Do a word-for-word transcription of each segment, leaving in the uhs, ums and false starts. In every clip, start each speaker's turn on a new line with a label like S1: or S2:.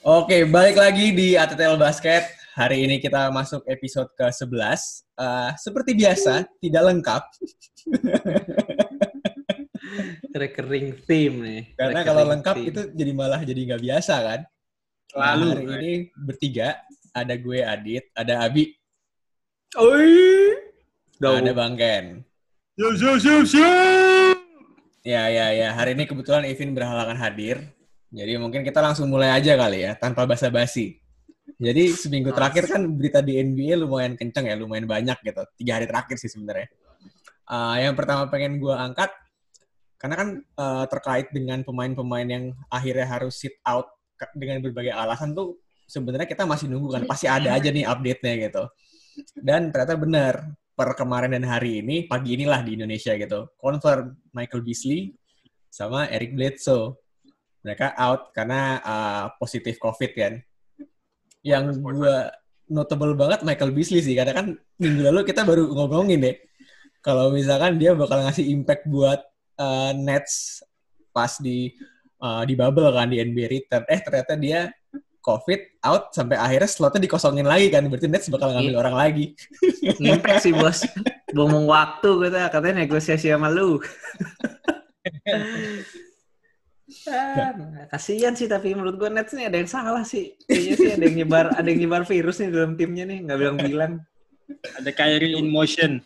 S1: Oke, balik lagi di A T T L Basket. Hari ini kita masuk episode ke sebelas. Uh, seperti biasa, tidak lengkap.
S2: Recurring theme nih.
S1: Karena
S2: Recurring
S1: kalau lengkap
S2: theme.
S1: itu jadi malah jadi nggak biasa kan. Nah,
S3: Lalu,
S1: hari ini bertiga. Ada gue Adit, ada Abi,
S2: Oi.
S1: ada Bang Ken.
S3: Yo, yo, yo, yo.
S1: Ya, ya, ya. Hari ini kebetulan Evin berhalangan hadir. Jadi mungkin kita langsung mulai aja kali ya, tanpa basa-basi. Jadi seminggu terakhir kan berita di N B A lumayan kenceng ya, lumayan banyak gitu. Tiga hari terakhir sih sebenarnya. Uh, yang pertama pengen gue angkat, karena kan uh, terkait dengan pemain-pemain yang akhirnya harus sit out dengan berbagai alasan tuh, sebenarnya kita masih nunggu kan, pasti ada aja nih update-nya gitu. Dan ternyata benar, per kemarin dan hari ini, pagi inilah di Indonesia gitu, confirm Michael Beasley sama Eric Bledsoe. Mereka out karena uh, positif COVID kan. Yang gue notable banget Michael Beasley sih, karena kan minggu lalu kita baru ngomongin deh, kalau misalkan dia bakal ngasih impact buat uh, Nets pas di uh, di bubble kan, di N B A return. Eh ternyata dia COVID, out, sampai akhirnya slotnya dikosongin lagi kan, berarti Nets bakal ngambil yeah. orang lagi.
S2: Impact sih bos, buang waktu kita, katanya negosiasi sama lu. Ah, kasihan sih, tapi menurut gue Nets nih ada yang salah sih. Kayaknya sih ada yang nyebar, ada yang nyebar virus nih dalam timnya nih, nggak bilang-bilang.
S3: Ada Kyrie in motion.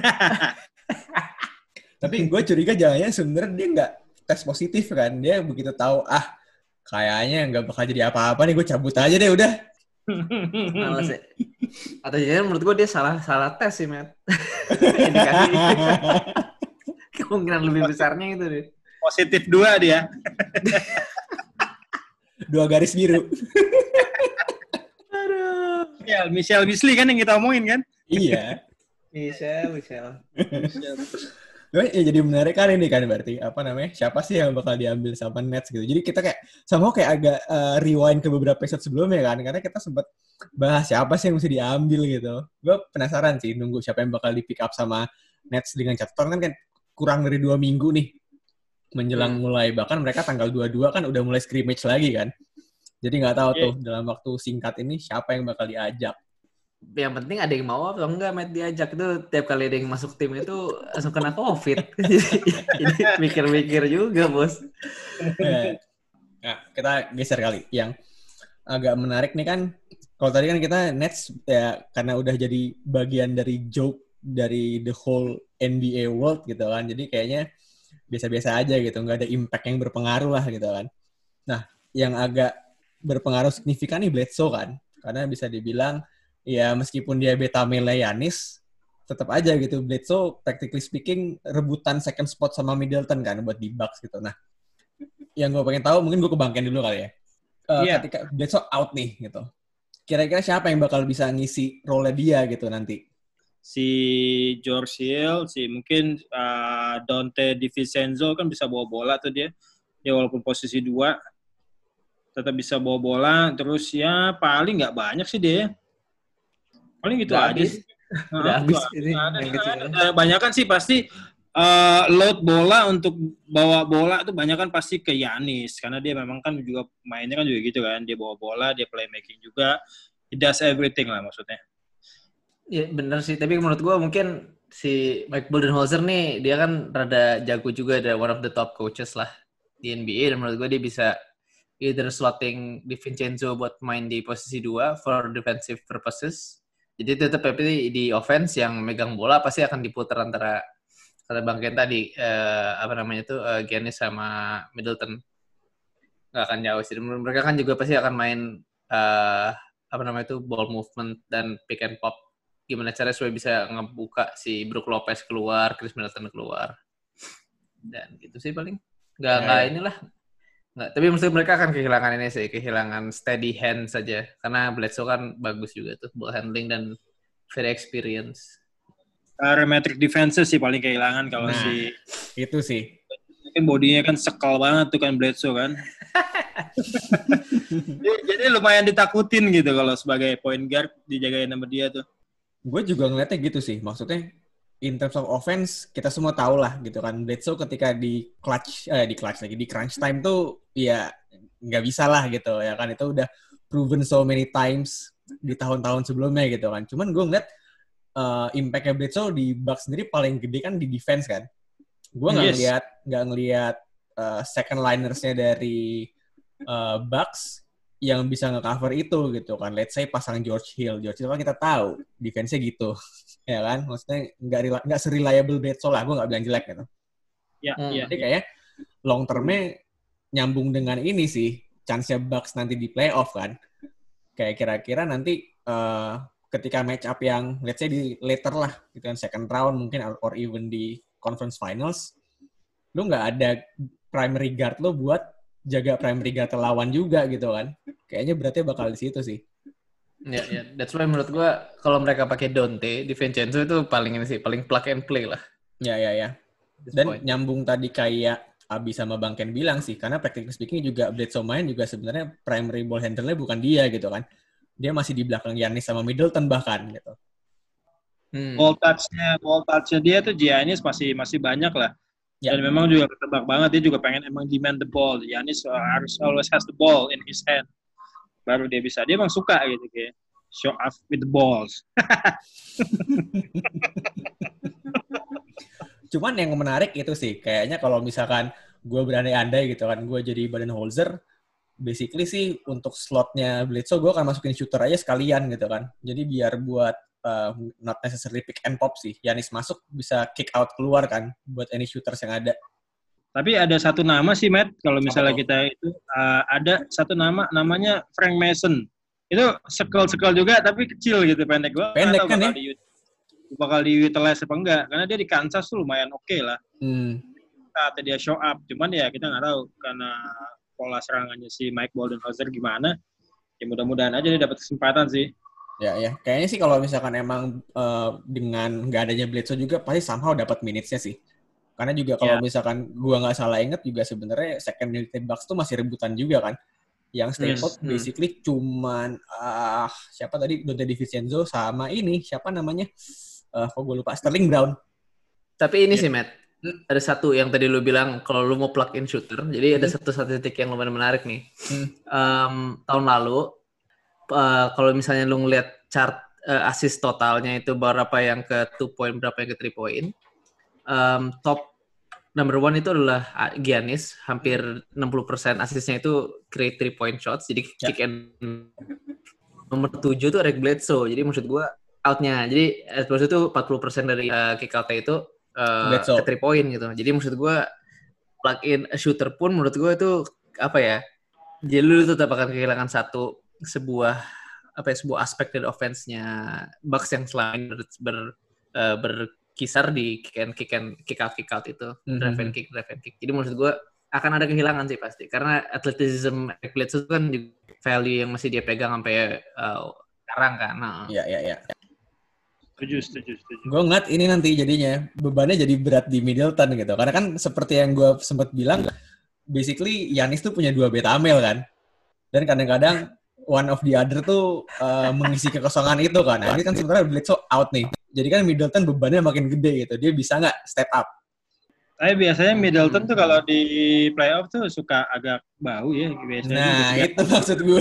S1: Tapi gue curiga jangan-jangan sebenarnya dia nggak tes positif kan. Dia begitu tahu, ah kayaknya nggak bakal jadi apa-apa nih, gue cabut aja deh udah.
S2: Males ya. Atau jangan menurut gue dia salah salah tes sih, Matt. Indikasi kemungkinan lebih besarnya itu deh.
S3: Positif dua dia.
S1: Dua garis biru.
S2: Aduh.
S3: Ya, Michelle Beasley kan yang kita omongin kan?
S1: Iya.
S2: Michelle, Michelle.
S1: Ya, jadi menarik kan ini kan berarti apa namanya, siapa sih yang bakal diambil sama Nets gitu. Jadi kita kayak sama kayak agak uh, rewind ke beberapa episode sebelumnya kan, karena kita sempat bahas siapa sih yang mesti diambil gitu. Gue penasaran sih nunggu siapa yang bakal di pick up sama Nets dengan catatan kan, kan kurang dari dua minggu nih menjelang hmm. mulai, bahkan mereka tanggal dua puluh dua kan udah mulai scrimmage lagi kan. Jadi nggak tahu yeah. tuh dalam waktu singkat ini siapa yang bakal diajak.
S2: Yang penting ada yang mau atau enggak Matt diajak. Itu tiap kali ada yang masuk tim itu langsung kena COVID. Jadi mikir-mikir juga bos.
S1: Nah kita geser kali. Yang agak menarik nih kan, kalau tadi kan kita Nets ya karena udah jadi bagian dari joke dari the whole N B A world gitu kan. Jadi kayaknya biasa-biasa aja gitu, nggak ada impact yang berpengaruh lah gitu kan. Nah yang agak berpengaruh signifikan nih Bledsoe kan, karena bisa dibilang ya meskipun dia beta male Giannis, tetap aja gitu Bledsoe practically speaking rebutan second spot sama Middleton kan buat di Bucks gitu. Nah, yang gue pengen tahu mungkin gue ke Bang Ken dulu kali ya. Uh, yeah. Ketika Bledsoe out nih gitu, kira-kira siapa yang bakal bisa ngisi role dia gitu nanti?
S3: Si George Hill, si mungkin uh, Dante DiVincenzo kan bisa bawa bola tuh dia. Dia walaupun posisi dua tetap bisa bawa bola. Terus ya paling nggak banyak sih dia. Paling gitu
S2: udah
S3: aja.
S2: Udah nah, habis ini.
S3: Banyak kan sih pasti uh, load bola untuk bawa bola tuh banyak kan pasti ke Giannis, karena dia memang kan juga mainnya kan juga gitu kan. Dia bawa bola, dia playmaking juga. He does everything lah maksudnya.
S2: Ya benar sih, tapi menurut gue mungkin si Mike Budenholzer nih dia kan rada jago juga, ada one of the top coaches lah di N B A, dan menurut gue dia bisa either slotting DiVincenzo buat main di posisi dua for defensive purposes. Jadi tetap tapi di offense yang megang bola pasti akan diputar antara kata Bang Ken tadi uh, apa namanya itu uh, Giannis sama Middleton. Nggak akan jauh sih. Mereka kan juga pasti akan main uh, apa namanya itu ball movement dan pick and pop. Gimana caranya supaya bisa ngebuka si Brook Lopez keluar, Chris Middleton keluar. Dan gitu sih paling. Nggak, nggak nah, inilah. Nggak, tapi maksudnya mereka akan kehilangan ini sih, kehilangan steady hand saja. Karena Bledsoe kan bagus juga tuh, ball handling dan very experience.
S3: Parametric defense sih paling kehilangan kalau
S1: nah,
S3: si...
S1: itu sih.
S3: Mungkin bodinya kan sekal banget tuh kan Bledsoe kan. jadi, jadi lumayan ditakutin gitu kalau sebagai point guard dijagain sama dia tuh.
S1: Gue juga ngeliatnya gitu sih, maksudnya in terms of offense kita semua tahu lah gitu kan, Bledsoe ketika di clutch, eh di clutch lagi di crunch time tuh ya nggak bisa lah gitu ya kan, itu udah proven so many times di tahun-tahun sebelumnya gitu kan. Cuman gue ngeliat uh, impact-nya Bledsoe di Bucks sendiri paling gede kan di defense kan. Gue nggak
S3: Yes.
S1: ngeliat nggak ngeliat uh, second liners-nya dari uh, Bucks yang bisa nge-cover itu gitu kan. Let's say pasang George Hill. George Hill kan kita tahu defense-nya gitu. Ya kan? Maksudnya nggak nggak se-reliable Bledsoe lah. Gue nggak bilang jelek gitu.
S3: Ya,
S2: Hmm.
S3: ya,
S1: Jadi
S3: ya.
S1: kayak long term-nya nyambung dengan ini sih. Chance-nya Bucks nanti di playoff kan. Kayak kira-kira nanti uh, ketika match up yang let's say di later lah. Gitu kan. Second round mungkin or even di conference finals. Lu nggak ada primary guard lu buat jaga primary guard lawan juga gitu kan. Kayaknya berarti bakal di situ sih.
S2: Ya, ya. That's why menurut gue kalau mereka pakai Dante, DiVincenzo itu paling ini sih, paling plug and play lah.
S1: Ya, ya, ya. Dan point. Nyambung tadi kayak Abi sama Bang Ken bilang sih, karena practically speaking juga Bledsoe main juga sebenarnya primary ball handler-nya bukan dia gitu kan. Dia masih di belakang Giannis sama Middleton bahkan gitu.
S3: Hmm. Ball touch-nya, ball touch-nya dia tuh Giannis masih masih banyak lah. Ya. Dan memang juga ketebak banget, dia juga pengen emang demand the ball. Giannis uh, harus always has the ball in his hand. Baru dia bisa. Dia emang suka gitu kayak show off with the balls.
S1: Cuman yang menarik itu sih, kayaknya kalau misalkan gue berandai-andai gitu kan, gue jadi Budenholzer, basically sih untuk slotnya Bledsoe gue akan masukin shooter aja sekalian gitu kan. Jadi biar buat uh, not necessarily pick and pop sih. Giannis masuk bisa kick out keluar kan buat any shooters yang ada.
S3: Tapi ada satu nama sih, Matt, kalau misalnya kita itu uh, ada satu nama namanya Frank Mason. Itu circle-circle juga tapi kecil gitu, pendek. Gua
S1: pendek kan ya?
S3: Di, bakal di-utilize apa enggak. Karena dia di Kansas tuh lumayan oke okay lah.
S1: Hmm.
S3: Saat dia show up. Cuman ya kita nggak tahu karena pola serangannya si Mike Budenholzer gimana. Ya mudah-mudahan aja dia dapat kesempatan sih.
S1: Ya, ya. Kayaknya sih kalau misalkan emang uh, dengan nggak adanya Bledsoe juga pasti somehow dapat minutes-nya sih. Karena juga kalau yeah. misalkan gua nggak salah inget juga sebenarnya second unit Bucks tuh masih rebutan juga kan. Yang stay
S3: Hmm,
S1: out basically hmm. cuman ah uh, siapa tadi Dante DiVincenzo sama ini siapa namanya? Uh, kok gue lupa Sterling Brown.
S2: Tapi ini yeah. sih Matt, ada satu yang tadi lu bilang kalau lu mau plug in shooter. Jadi hmm. ada satu statistik yang lumayan menarik nih. Hmm. Um, tahun lalu uh, kalau misalnya lu ngeliat chart uh, assist totalnya itu berapa yang ke two point, berapa yang ke three point. Um, top number one itu adalah Giannis, hampir enam puluh persen asisnya itu create three point shots, jadi yeah. kick and nomor tujuh itu Eric Bledsoe. Jadi maksud gue outnya, jadi Bledsoe itu empat puluh persen dari uh, kick outnya itu uh, ke three point gitu. Jadi maksud gue plug in a shooter pun menurut gue itu apa ya? Jadi lu tetap akan kehilangan satu sebuah apa ya sebuah aspek dari offense-nya Bucks yang selain ber, ber, uh, ber kisar di kick and kick and kick out kick out itu mm-hmm. drive and kick drive and kick. Jadi maksud gue akan ada kehilangan sih pasti karena athleticism Bledsoe kan value yang masih dia pegang sampai uh, sekarang kan.
S1: Iya iya iya.
S3: Setuju setuju setuju.
S1: Gue ngeliat ini nanti jadinya bebannya jadi berat di Middleton gitu. Karena kan seperti yang gue sempat bilang, basically Giannis tuh punya dua beta male kan. Dan kadang-kadang one of the other tuh uh, mengisi kekosongan itu kan. Nah, ini kan sebenarnya Bledsoe out nih. Jadi kan Middleton bebannya makin gede gitu. Dia bisa nggak step up?
S3: Tapi biasanya Middleton tuh kalau di playoff tuh suka agak bau ya. Biasanya
S1: nah, itu maksud gue.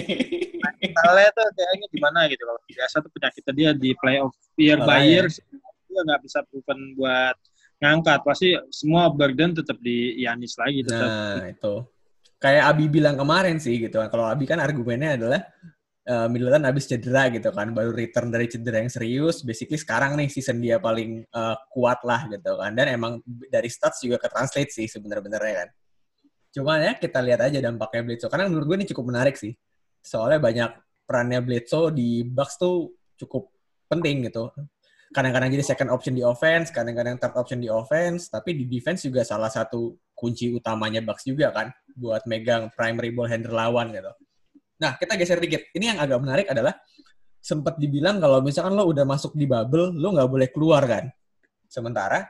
S3: Mentalnya tuh kayaknya gimana gitu. Kalau biasa tuh penyakitnya dia di playoff year oh, by year. Ya. Dia nggak bisa proven buat ngangkat. Pasti semua burden tetap di Giannis lagi. Tetap.
S1: Nah, itu. Kayak Abi bilang kemarin sih gitu. Kalau Abi kan argumennya adalah Uh, Middleton habis cedera gitu kan, baru return dari cedera yang serius, basically sekarang nih season dia paling uh, kuat lah gitu kan, dan emang dari stats juga ke-translate sih sebenarnya kan. Cuma ya kita lihat aja dampaknya Bledsoe, karena menurut gue ini cukup menarik sih, soalnya banyak perannya Bledsoe di Bucks tuh cukup penting gitu. Kadang-kadang jadi second option di offense, kadang-kadang third option di offense, tapi di defense juga salah satu kunci utamanya Bucks juga kan, buat megang primary ball handler lawan gitu. Nah, kita geser dikit. Ini yang agak menarik adalah sempat dibilang kalau misalkan lo udah masuk di bubble, lo nggak boleh keluar kan. Sementara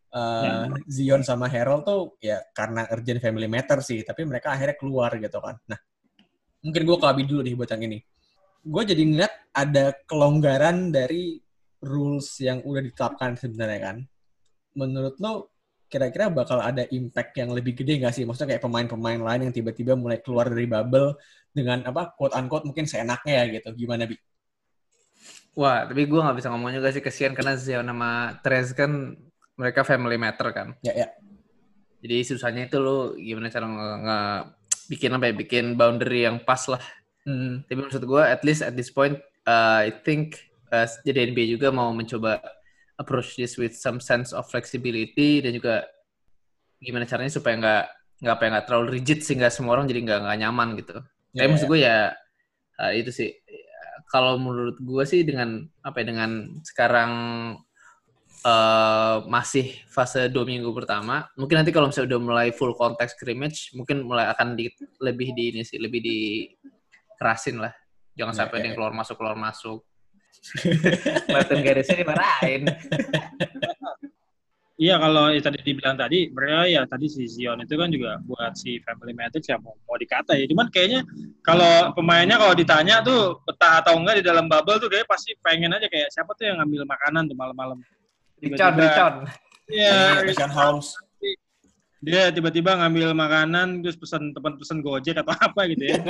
S1: uh, ya. Zion sama Harold tuh ya karena urgent family matter sih, tapi mereka akhirnya keluar gitu kan. Nah, mungkin gue ke Abi dulu nih buat yang ini. Gue jadi ngeliat ada kelonggaran dari rules yang udah ditetapkan sebenarnya kan. Menurut lo kira-kira bakal ada impact yang lebih gede nggak sih? Maksudnya kayak pemain-pemain lain yang tiba-tiba mulai keluar dari bubble dengan apa quote unquote mungkin seenaknya ya gitu. Gimana Bi?
S2: Wah, tapi gue nggak bisa ngomong juga sih, kesian karena Zion sama Trez kan mereka family matter kan.
S1: Ya ya.
S2: Jadi susahnya itu lo gimana cara nge, nge bikin apa ya, bikin boundary yang pas lah. Hmm. Tapi maksud gue at least at this point uh, I think uh, jadi N B A juga mau mencoba approach this with some sense of flexibility dan juga gimana caranya supaya nggak nggak apa nggak terlalu rigid sehingga semua orang jadi nggak nggak nyaman gitu. Tapi yeah, maksud gue ya uh, itu sih. Kalau menurut gue sih dengan apa ya, dengan sekarang uh, masih fase dua minggu pertama, mungkin nanti kalau misalnya udah mulai full contact scrimmage, mungkin mulai akan di, lebih di ini sih, lebih dikerasin lah. Jangan sampai ada yang keluar masuk keluar masuk. Martin Garrisnya dimarahin.
S3: Iya, kalau ya, tadi dibilang tadi, mereka ya tadi si Zion itu kan juga buat si family matters ya mau, mau dikata ya. Cuman kayaknya kalau pemainnya kalau ditanya tuh betah atau enggak di dalam bubble tuh kayak pasti pengen aja kayak siapa tuh yang ngambil makanan tuh malam-malam.
S2: Richard, Richard.
S3: Iya,
S1: Richard Holmes.
S3: Dia tiba-tiba ngambil makanan terus pesan teman pesan Gojek atau apa gitu ya.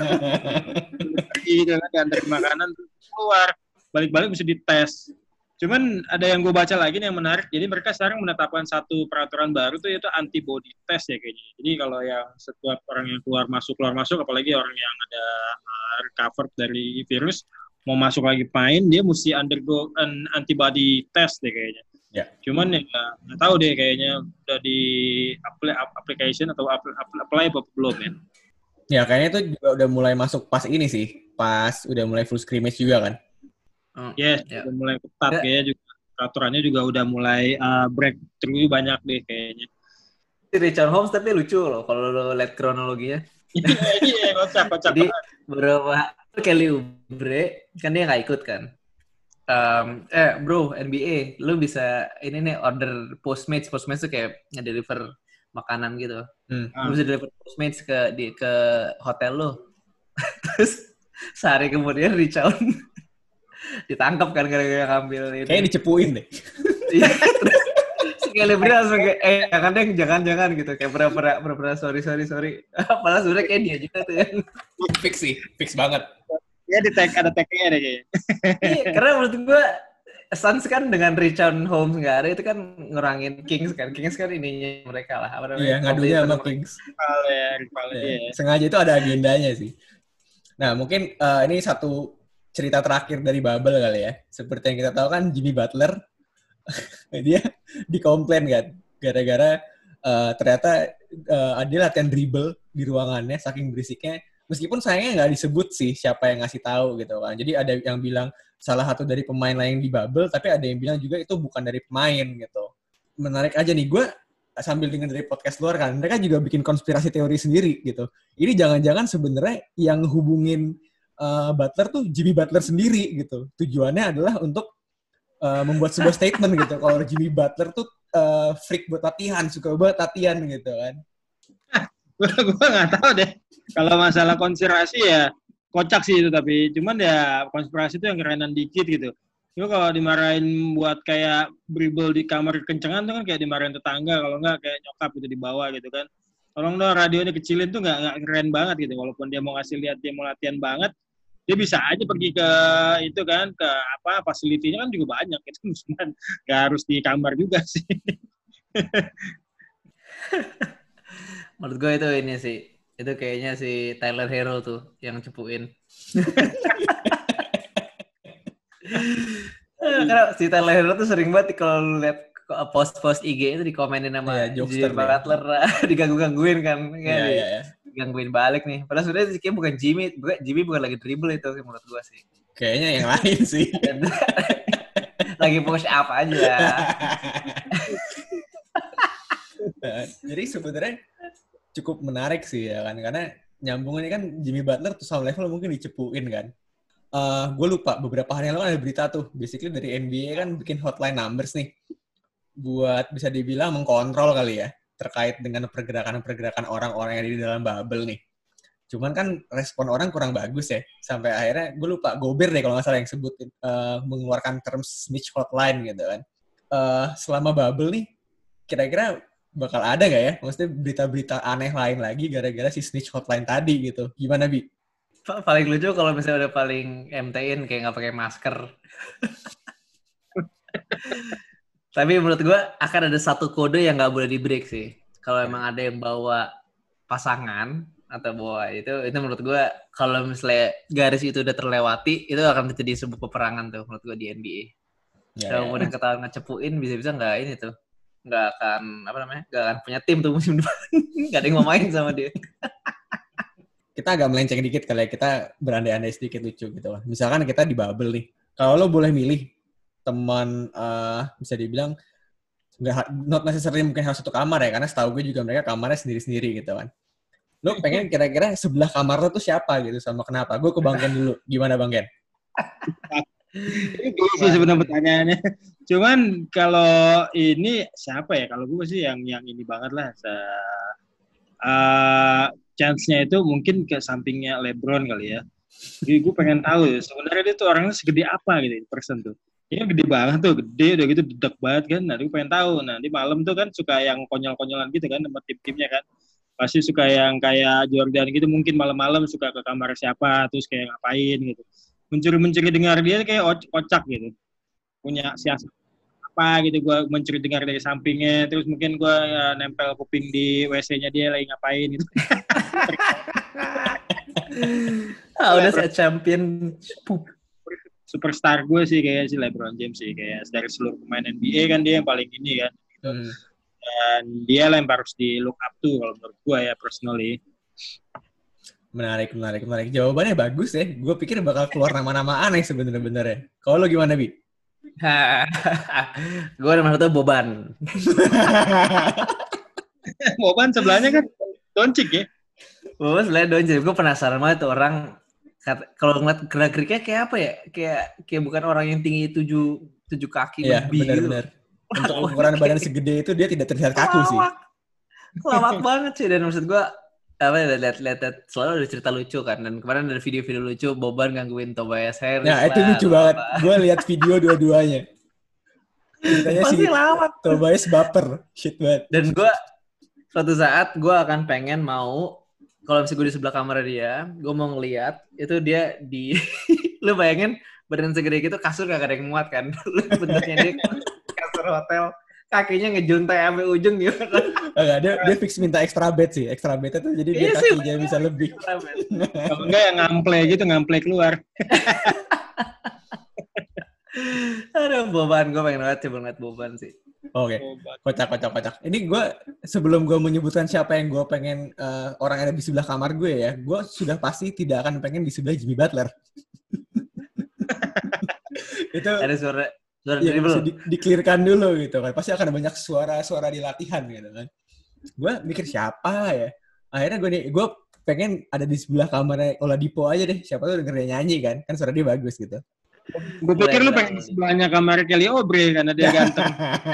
S3: Gitu kan diantar makanan terus keluar, balik-balik mesti dites. Cuman ada yang gue baca lagi nih yang menarik. Jadi mereka sekarang menetapkan satu peraturan baru tuh yaitu antibody test ya kayaknya. Jadi kalau yang setiap orang yang keluar masuk keluar masuk, apalagi orang yang ada uh, recovered dari virus mau masuk lagi main, dia mesti undergo an antibody test deh kayaknya.
S1: Ya.
S3: Cuman ya nggak tahu deh kayaknya udah di apply application atau apply, apply apa belum ya.
S1: Ya kayaknya itu juga udah mulai masuk pas ini sih, pas udah mulai full scrimmage juga kan.
S3: Oh, yes, ya, udah mulai ketat ya. Kayaknya juga peraturannya juga udah mulai uh, breakthrough banyak deh kayaknya.
S2: Richard Holmes tapi lucu loh kalau lo lihat kronologinya.
S3: Iya, kocak-kocak.
S2: Jadi beberapa Kelly Oubre kan dia nggak ikut kan. Um, eh bro N B A, lu bisa ini nih order Postmates, Postmates tuh kayak nge-deliver makanan gitu. Hmm. Lu bisa deliver Postmates ke di ke hotel lu. Terus sehari kemudian Richard ditangkap kan gara-gara ngambil ini.
S1: Kayaknya dicepuin deh.
S2: Iya. Sekali beri langsung kayak, eh jangan deh, jangan jangan gitu. Kayak pura-pura, pura-pura sorry sorry sorry. Padahal sebenarnya kayak dia juga tuh yang
S1: fix sih, fix banget.
S3: Ya di tag ada tagnya ada kayaknya.
S2: Iya, karena menurut gue Suns kan dengan Richard Holmes nggak ada itu kan ngurangin Kings kan. Kings kan ininya mereka lah. Apa namanya?
S1: Iya ngadunya sama Kings.
S3: Rival ya, rival ya.
S1: Ya. Sengaja itu ada agendanya sih. Nah mungkin uh, ini satu cerita terakhir dari bubble kali ya. Seperti yang kita tahu kan Jimmy Butler, dia dikomplain kan. Gara-gara uh, ternyata uh, ada latihan dribble di ruangannya, saking berisiknya. Meskipun sayangnya nggak disebut sih siapa yang ngasih tahu gitu kan. Jadi ada yang bilang salah satu dari pemain lain di bubble, tapi ada yang bilang juga itu bukan dari pemain gitu. Menarik aja nih, gue sambil dengar dari podcast luar kan, mereka juga bikin konspirasi teori sendiri gitu. Ini jangan-jangan sebenarnya yang hubungin Uh, Butler tuh Jimmy Butler sendiri gitu. Tujuannya adalah untuk uh, membuat sebuah statement gitu. Kalau Jimmy Butler tuh uh, freak buat latihan, suka banget latihan gitu kan.
S3: Gue nggak tahu deh. Kalau masalah konspirasi ya kocak sih itu, tapi cuman ya konspirasi itu yang kerenan dikit gitu. Itu kalau dimarahin buat kayak dribble di kamar kencengan tuh kan kayak dimarahin tetangga, kalau nggak kayak nyokap gitu di bawah gitu kan. Tolong dong radionya kecilin tuh nggak nggak keren banget gitu. Walaupun dia mau ngasih lihat dia mau latihan banget, dia bisa aja pergi ke itu kan, ke apa fasilitinya kan juga banyak itu, cuman nggak harus di kamar juga sih.
S2: Menurut gue itu ini sih, itu kayaknya si Tyler Hero tuh yang cepuin. Karena si Tyler Hero tuh sering banget kalau lihat post-post I G itu dikomenin sama
S1: yeah,
S2: Jimmy Butler, diganggu-gangguin kan, kan
S1: yeah, yeah, yeah.
S2: digangguin balik nih. Padahal sebenarnya kayak bukan Jimmy, bukan Jimmy bukan lagi dribble itu menurut gua sih.
S1: Kayaknya yang lain sih.
S2: Lagi push up aja.
S1: Nah, jadi sebenarnya cukup menarik sih ya kan, karena nyambung ini kan Jimmy Butler tuh sama level mungkin dicepuin kan. Uh, gue lupa beberapa hari yang lalu ada berita tuh, basically dari N B A kan bikin hotline numbers nih. Buat bisa dibilang mengkontrol kali ya, terkait dengan pergerakan-pergerakan orang-orang yang ada di dalam bubble nih. Cuman kan respon orang kurang bagus ya, sampai akhirnya, gue lupa, Gobert deh kalau nggak salah yang sebut, uh, mengeluarkan term snitch hotline gitu kan. Uh, selama bubble nih, kira-kira bakal ada nggak ya? Maksudnya berita-berita aneh lain lagi gara-gara si snitch hotline tadi gitu. Gimana, Bi?
S2: Paling lucu kalau misalnya udah paling M T-in kayak nggak pakai masker. Tapi menurut gue akan ada satu kode yang nggak boleh di break sih. Kalau
S1: Ya.
S2: emang ada yang bawa pasangan atau bawa itu, itu menurut gue kalau misalnya garis itu udah terlewati, itu akan terjadi sebuah peperangan tuh menurut gue di N B A.
S1: Ya,
S2: Kalau
S1: ya.
S2: kemudian ketahuan ngecepuin, bisa-bisa nggak ini tuh, nggak akan apa namanya, nggak akan punya tim tuh musim depan. Nggak ada yang mau main sama dia.
S1: Kita agak melenceng dikit kali ya, kita berandai-andai sedikit lucu gitu lah. Misalkan kita di bubble nih, kalau lo boleh milih teman uh, bisa dibilang nggak not necessarily mungkin harus satu kamar ya, karena setahu gue juga mereka kamarnya sendiri-sendiri gitu kan. Lo pengen kira-kira sebelah kamar lo tuh siapa gitu, sama kenapa? Gue ke Bang Gen dulu. Gimana Bang Gen?
S3: Ini gila sih sebenarnya pertanyaannya. Cuman kalau ini siapa ya? Kalau gue sih yang yang ini banget lah. Se- uh, chance-nya itu mungkin ke sampingnya LeBron kali ya. Jadi gue pengen tahu ya, sebenarnya dia tuh orangnya segede apa gitu, person tuh. Dia gede banget tuh, gede udah gitu dedak banget kan. Nah, gue pengen tahu. Nah, di malam tuh kan suka yang konyol-konyolan gitu kan sama tim-timnya kan. Pasti suka yang kayak Jordan gitu, mungkin malam-malam suka ke kamar siapa, terus kayak ngapain gitu. Mencuri-mencuri dengar dia kayak kocak gitu. Punya siasat apa gitu, gue mencuri dengar dari sampingnya, terus mungkin gue ya, nempel kuping di W C-nya dia lagi ngapain gitu.
S2: Ah, udah saya champion. Pup.
S3: Superstar gue sih kayak si LeBron James sih, kayak dari seluruh pemain N B A kan dia yang paling ini kan. Gitu.
S1: Hmm.
S3: Dan dia lah yang harus di look up tuh kalau menurut gue ya personally.
S1: Menarik, menarik, menarik. Jawabannya bagus ya. Gue pikir bakal keluar nama-nama aneh sebenarnya. Kalau lo gimana, Bi?
S2: Gue nomor satu Boban.
S3: Boban sebelahnya kan Doncic ya.
S2: Boban sebelahnya Doncic. Gue penasaran banget tuh orang kalau ngeliat gerak-geriknya kayak apa ya? Kayak kayak bukan orang yang tinggi tujuh tujuh kaki
S1: ya,
S2: lebih gitu.
S1: Benar-benar. Untuk ukuran badan segede itu dia tidak terlihat kaku sih.
S2: Lawak banget sih, dan maksud gue apa ya, lihat-lihat selalu ada cerita lucu kan, dan kemarin ada video-video lucu Boban gangguin Tobias Harris.
S1: Nah, itu lucu banget. Gue lihat video dua-duanya. Ceritanya si Tobias baper, shit banget.
S2: Dan gue suatu saat gue akan pengen mau, kalau misalnya gue di sebelah kamar dia, gue mau ngeliat itu dia di, lu bayangin badan segede gitu, kasur gak ada yang muat kan, lu bentuknya dia kasur hotel, kakinya ngejuntai sampai ujung gitu.
S1: Enggak, dia, dia fix minta extra bed sih. Extra bed itu jadi dia kakinya bisa lebih.
S3: Kalau enggak yang ngample gitu, ngample keluar.
S2: Aduh, Boban. Gue pengen banget coba ngeliat Boban sih.
S1: Oke, okay. kocak, kocak, kocak. Ini gue, sebelum gue menyebutkan siapa yang gue pengen uh, orang yang ada di sebelah kamar gue ya, gue sudah pasti tidak akan pengen di sebelah Jimmy Butler. Itu ada
S2: suara... Suara
S1: ya, bisa di, di-clearkan dulu gitu kan. Pasti akan ada banyak suara-suara di latihan gitu kan. Gue mikir siapa ya. Akhirnya gue nih, gue pengen ada di sebelah kamarnya Oladipo aja deh. Siapa tuh denger dia nyanyi kan. Kan suara dia bagus gitu.
S3: Gue pikir lu pengen di sebelahnya kamar Kelly Oubre karena dia ganteng.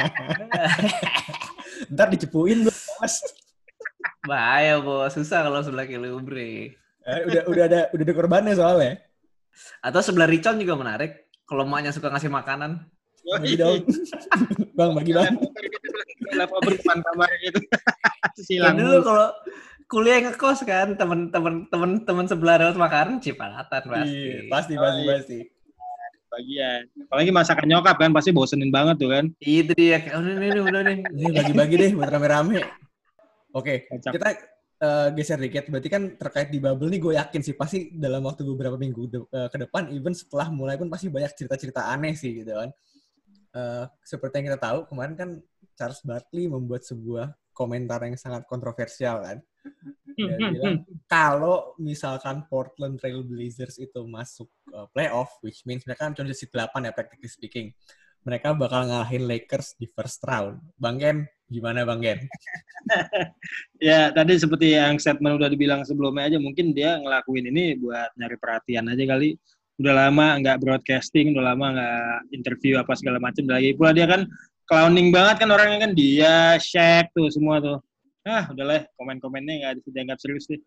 S1: Ntar dicepuin lu, Bos.
S2: Bahaya, Bos. Susah kalau sebelah Kelly Oubre.
S1: Eh, udah udah ada udah ada korbannya soalnya.
S2: Atau sebelah Richon juga menarik. Kalau emaknya suka ngasih makanan.
S1: Bagi dong. Bang, bagi bang.
S3: Level berdepan kamar gitu. Silang.
S2: Dulu kalau kuliah ngekos kan, temen-temen temen-temen sebelah dapat makanan cipalatan pasti.
S1: Iya, pasti, pasti, pasti.
S3: Bagian. Apalagi masakan nyokap kan, pasti bosenin banget tuh kan.
S2: Itu dia. Kayak, udah nih, udah nih.
S1: Ini bagi-bagi deh buat rame-rame. Oke, okay, kita uh, geser dikit. Berarti kan terkait di bubble nih, gue yakin sih pasti dalam waktu beberapa minggu de- uh, ke depan, even setelah mulai pun pasti banyak cerita-cerita aneh sih gitu kan. Uh, seperti yang kita tahu, kemarin kan Charles Barkley membuat sebuah komentar yang sangat kontroversial kan. Dia bilang, kalau misalkan Portland Trail Blazers itu masuk uh, playoff, which means mereka kan cuma di seat delapan ya, practically speaking. Mereka bakal ngalahin Lakers di first round. Bang Gen, gimana Bang Gen?
S3: Ya, tadi seperti yang statement udah dibilang sebelumnya aja, mungkin dia ngelakuin ini buat nyari perhatian aja kali. Udah lama nggak broadcasting, udah lama nggak interview apa segala macam. Lagi pula dia kan clowning banget kan orangnya kan, dia, Shaq tuh semua tuh. Ah, udahlah, komen-komennya nggak dianggap serius deh.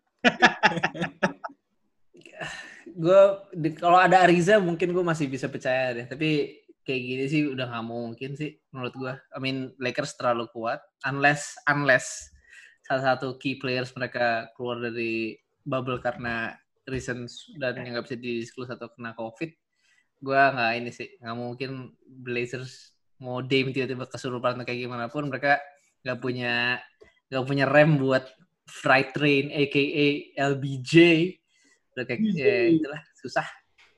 S2: Gue kalau ada Ariza mungkin gue masih bisa percaya deh. Tapi kayak gini sih udah nggak mungkin sih menurut gue. I mean Lakers terlalu kuat, unless unless salah satu key players mereka keluar dari bubble karena reasons dan yang nggak bisa di-disclose atau kena COVID. Gue nggak ini sih, nggak mungkin Blazers mau Dame tiba-tiba kesurupan atau kayak gimana pun, mereka nggak punya nggak punya rem buat freight train, aka L B J. Udah kayak ya itulah susah.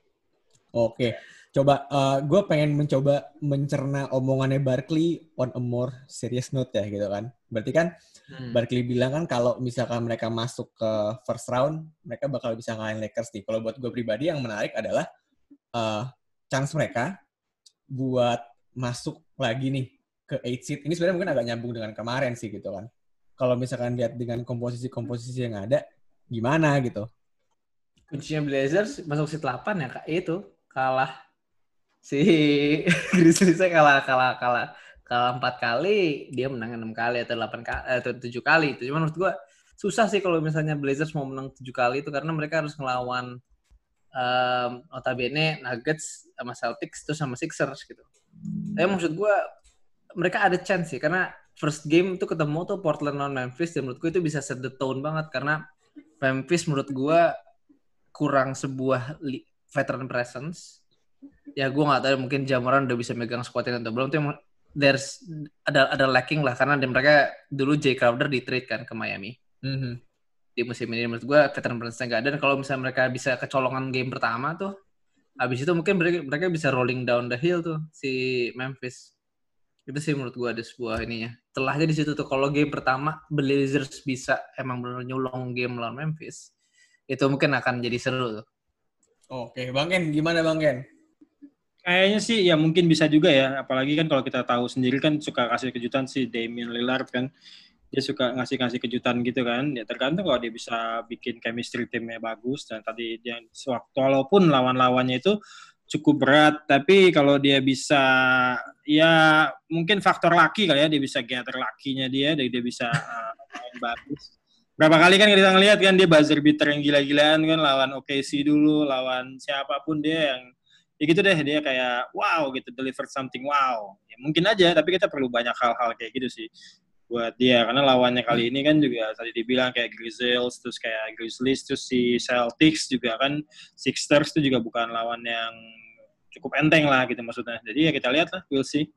S1: Oke, coba uh, gue pengen mencoba mencerna omongannya Barkley on a more serious note ya gitu kan. Berarti kan hmm. Barkley bilang kan kalau misalkan mereka masuk ke first round, mereka bakal bisa ngalahin Lakers nih. Kalau buat gue pribadi yang menarik adalah uh, chance mereka buat masuk lagi nih ke eight seed. Ini sebenarnya mungkin agak nyambung dengan kemarin sih gitu kan. Kalau misalkan lihat dengan komposisi-komposisi yang ada, gimana gitu.
S2: Kuncinya Blazers masuk seed delapan ya Kak, itu. Kalah si Grizzlies kalah kalah kalah kalah empat kali, dia menang enam kali atau delapan kali atau tujuh kali itu. Cuma menurut gua susah sih kalau misalnya Blazers mau menang tujuh kali itu karena mereka harus ngelawan um, notabene Nuggets sama Celtics terus sama Sixers gitu. Tapi maksud gua mereka ada chance sih karena first game itu ketemu tuh Portland lawan Memphis dan menurut gua itu bisa set the tone banget karena Memphis menurut gua kurang sebuah li- veteran presence. Ya gue nggak tahu mungkin Jamoran udah bisa megang squadnya atau belum. Itu there's ada ada lacking lah karena mereka dulu Jay Crowder di trade kan ke Miami. Mm-hmm. Di musim ini menurut gue veteran presence nggak ada. Dan kalau misalnya mereka bisa kecolongan game pertama tuh, habis itu mungkin mereka, mereka bisa rolling down the hill tuh si Memphis. Itu sih menurut gue ada sebuah ininya. Telahnya di situ tuh kalau game pertama Blazers bisa emang benar nyulong game lawan Memphis, itu mungkin akan jadi seru tuh.
S1: Oke, Bang Ken, gimana Bang Ken?
S3: Kayaknya sih ya mungkin bisa juga ya, apalagi kan kalau kita tahu sendiri kan suka kasih kejutan si Damian Lillard kan, dia suka ngasih-ngasih kejutan gitu kan, ya tergantung kalau dia bisa bikin chemistry timnya bagus, dan tadi dia sewaktu walaupun lawan-lawannya itu cukup berat, tapi kalau dia bisa ya mungkin faktor laki kali ya, dia bisa gather lakinya dia, dan dia bisa uh, main bagus. Berapa kali kan kita ngeliat kan dia buzzer beater yang gila-gilaan kan lawan O K C dulu, lawan siapapun dia yang ya gitu deh, dia kayak wow gitu, deliver something wow. Ya mungkin aja, tapi kita perlu banyak hal-hal kayak gitu sih buat dia, karena lawannya kali ini kan juga tadi dibilang kayak Grizzlies, terus kayak Grizzlies, terus si Celtics juga kan, Sixers itu juga bukan lawan yang cukup enteng lah gitu maksudnya. Jadi ya kita lihat lah, we'll see.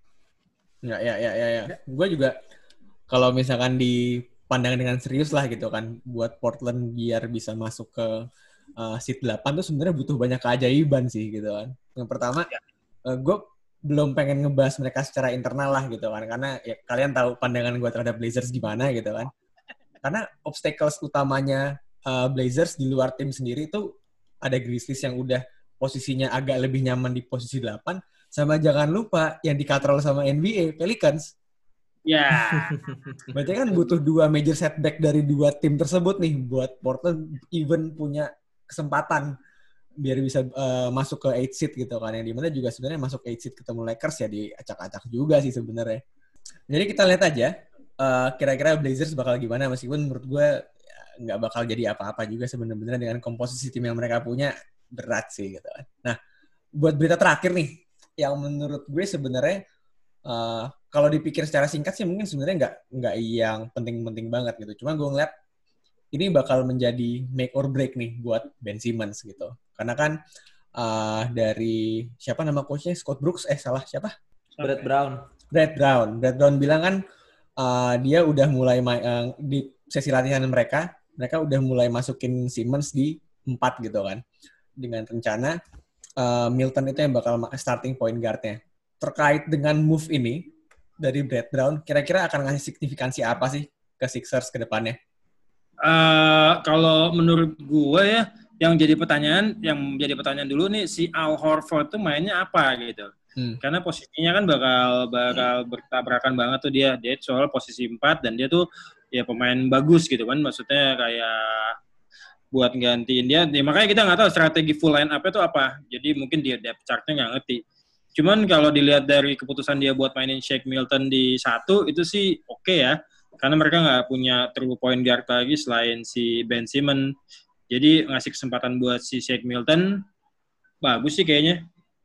S1: Ya, ya, ya, ya. ya. Gue juga kalau misalkan di pandang dengan serius lah gitu kan, buat Portland biar bisa masuk ke uh, seed delapan tuh sebenarnya butuh banyak keajaiban sih gitu kan. Yang pertama, ya. uh, gue belum pengen ngebahas mereka secara internal lah gitu kan, karena ya, kalian tahu pandangan gue terhadap Blazers gimana gitu kan. Karena obstacles utamanya uh, Blazers di luar tim sendiri itu ada Grizzlies yang udah posisinya agak lebih nyaman di posisi delapan, sama jangan lupa yang dikatrol sama N B A, Pelicans.
S3: Ya.
S1: Berarti kan butuh dua major setback dari dua tim tersebut nih buat Portland even punya kesempatan biar bisa uh, masuk ke eight seed gitu kan. Yang dimana juga sebenarnya masuk eight seed ketemu Lakers ya diacak-acak juga sih sebenarnya. Jadi kita lihat aja uh, kira-kira Blazers bakal gimana, meskipun menurut gue ya, nggak bakal jadi apa-apa juga sebenarnya dengan komposisi tim yang mereka punya, berat sih gitu kan. Nah, buat berita terakhir nih yang menurut gue sebenarnya Uh, kalau dipikir secara singkat sih mungkin sebenarnya nggak nggak yang penting-penting banget gitu. Cuma gue ngeliat ini bakal menjadi make or break nih buat Ben Simmons gitu. Karena kan uh, dari siapa nama coachnya, Scott Brooks eh salah siapa?
S2: Brad Brown.
S1: Brad Brown. Brad Brown bilang kan uh, dia udah mulai main, uh, di sesi latihan mereka, mereka udah mulai masukin Simmons di empat gitu kan. Dengan rencana uh, Milton itu yang bakal starting point guard-nya. Terkait dengan move ini dari Brad Brown, kira-kira akan ngasih signifikansi apa sih ke Sixers ke depannya?
S3: Uh, kalau menurut gue ya, yang jadi pertanyaan, yang jadi pertanyaan dulu nih, si Al Horford tuh mainnya apa gitu? Hmm. Karena posisinya kan bakal bakal bertabrakan banget tuh dia, dia soal posisi empat dan dia tuh ya pemain bagus gitu kan, maksudnya kayak buat gantiin dia. Ya, makanya kita nggak tahu strategi full line up-nya tuh apa. Jadi mungkin dia depth chart-nya nggak ngerti. Cuman kalau dilihat dari keputusan dia buat mainin Shake Milton di satu, itu sih oke okay ya. Karena mereka nggak punya true point guard lagi selain si Ben Simmons. Jadi ngasih kesempatan buat si Shake Milton, bagus sih kayaknya.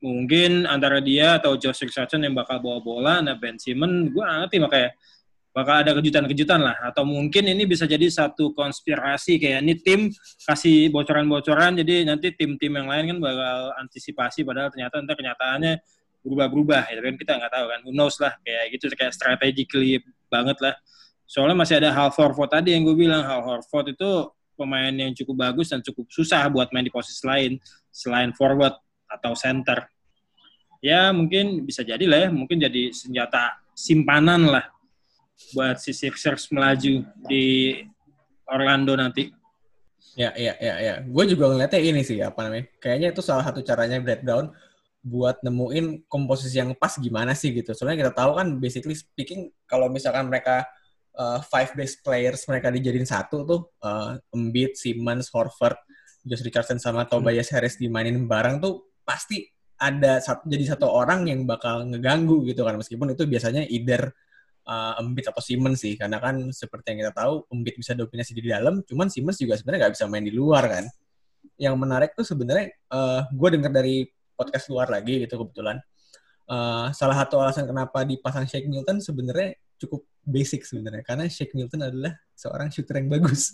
S3: mungkin antara dia atau Josh Richardson yang bakal bawa bola. Nah Ben Simmons gue ngerti makanya bakal ada kejutan-kejutan lah. Atau mungkin ini bisa jadi satu konspirasi kayak ini tim kasih bocoran-bocoran jadi nanti tim-tim yang lain kan bakal antisipasi padahal ternyata nanti kenyataannya berubah-berubah ya kan kita nggak tahu kan. Who knows lah kayak gitu kayak strategically banget lah. Soalnya masih ada Al Horford tadi yang gue bilang. Al Horford itu pemain yang cukup bagus dan cukup susah buat main di posisi lain selain forward atau center. Ya mungkin bisa jadi lah ya, mungkin jadi senjata simpanan lah buat si Sixers melaju di Orlando nanti.
S1: Ya, ya, ya, ya. Gue juga ngeliatnya ini sih, apa namanya, kayaknya itu salah satu caranya Brett Brown buat nemuin komposisi yang pas gimana sih gitu. Soalnya kita tahu kan, basically speaking, kalau misalkan mereka Uh, five best players mereka dijadiin satu tuh uh, Embiid, Simmons, Horford, Josh Richardson sama Tobias Harris dimainin bareng tuh pasti ada satu, jadi satu orang yang bakal ngeganggu gitu kan meskipun itu biasanya either uh, Embiid atau Simmons sih karena kan seperti yang kita tahu Embiid bisa dominasi di dalam cuman Simmons juga sebenarnya nggak bisa main di luar kan. Yang menarik tuh sebenarnya uh, gue dengar dari podcast luar lagi gitu kebetulan uh, salah satu alasan kenapa dipasang Shake Milton sebenarnya cukup basic sebenarnya karena Shake Milton adalah seorang shooter yang bagus.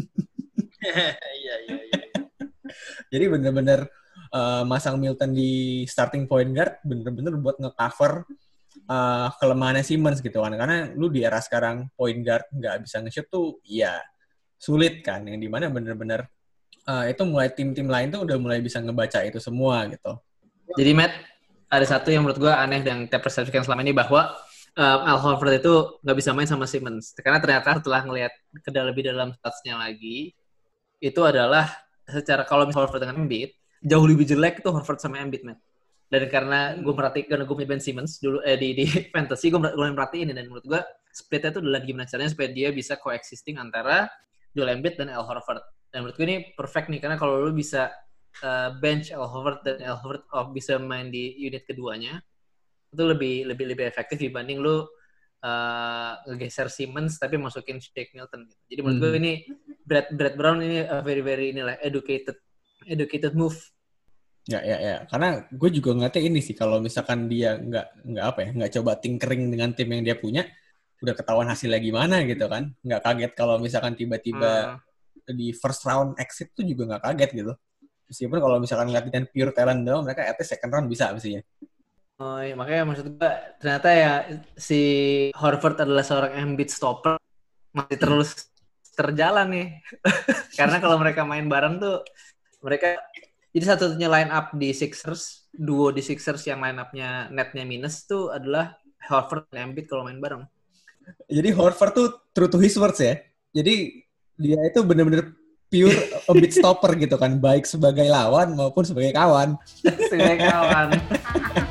S3: Iya iya iya.
S1: Jadi benar-benar uh, masang Milton di starting point guard benar-benar buat nge-cover uh, kelemahannya Simmons gitu kan. Karena lu di era sekarang point guard nggak bisa nge-shoot tuh ya sulit kan. Yang dimana benar-benar uh, itu mulai tim-tim lain tuh udah mulai bisa ngebaca itu semua gitu.
S2: Jadi Matt, ada satu yang menurut gue aneh dan kita persepsikan selama ini bahwa Um, Al Horford itu nggak bisa main sama Simmons karena ternyata setelah ngelihat ke lebih dalam statsnya lagi itu adalah secara kalau misalnya Horford dengan Embiid jauh lebih jelek tuh Horford sama Embiid, Matt. Dan karena gue merhatiin karena gue punya Ben Simmons dulu eh, di di fantasy gue mulai merhatiin dan menurut gue splitnya itu adalah gimana caranya supaya dia bisa coexisting antara Joel Embiid dan Al Horford. Dan menurut gue ini perfect nih karena kalau lu bisa uh, bench Al Horford dan Al Horford oh, bisa main di unit keduanya itu lebih lebih lebih efektif dibanding lu uh, ngegeser Simmons tapi masukin Shake Milton. Jadi menurut hmm. gue ini Brett Brett Brown ini a very very inilah educated educated move.
S1: Ya ya ya. Karena gue juga ngeliatnya ini sih kalau misalkan dia nggak nggak apa ya nggak coba tinkering dengan tim yang dia punya udah ketahuan hasilnya gimana gitu kan. Nggak kaget kalau misalkan tiba-tiba hmm. di first round exit tuh juga nggak kaget gitu. Meskipun kalau misalkan ngeliatin pure talent doang mereka at least second round bisa mestinya.
S2: Oh iya, makanya maksud gue ternyata ya si Horford adalah seorang Embiid stopper masih terus terjalan nih. Karena kalau mereka main bareng tuh mereka jadi satu-satunya line up di Sixers, duo di Sixers yang line up-nya netnya minus tuh adalah Horford dan Embiid kalau main bareng.
S1: Jadi Horford tuh true to his words ya. Jadi dia itu benar-benar pure Embiid stopper gitu kan, baik sebagai lawan maupun sebagai kawan.
S2: Sebagai kawan.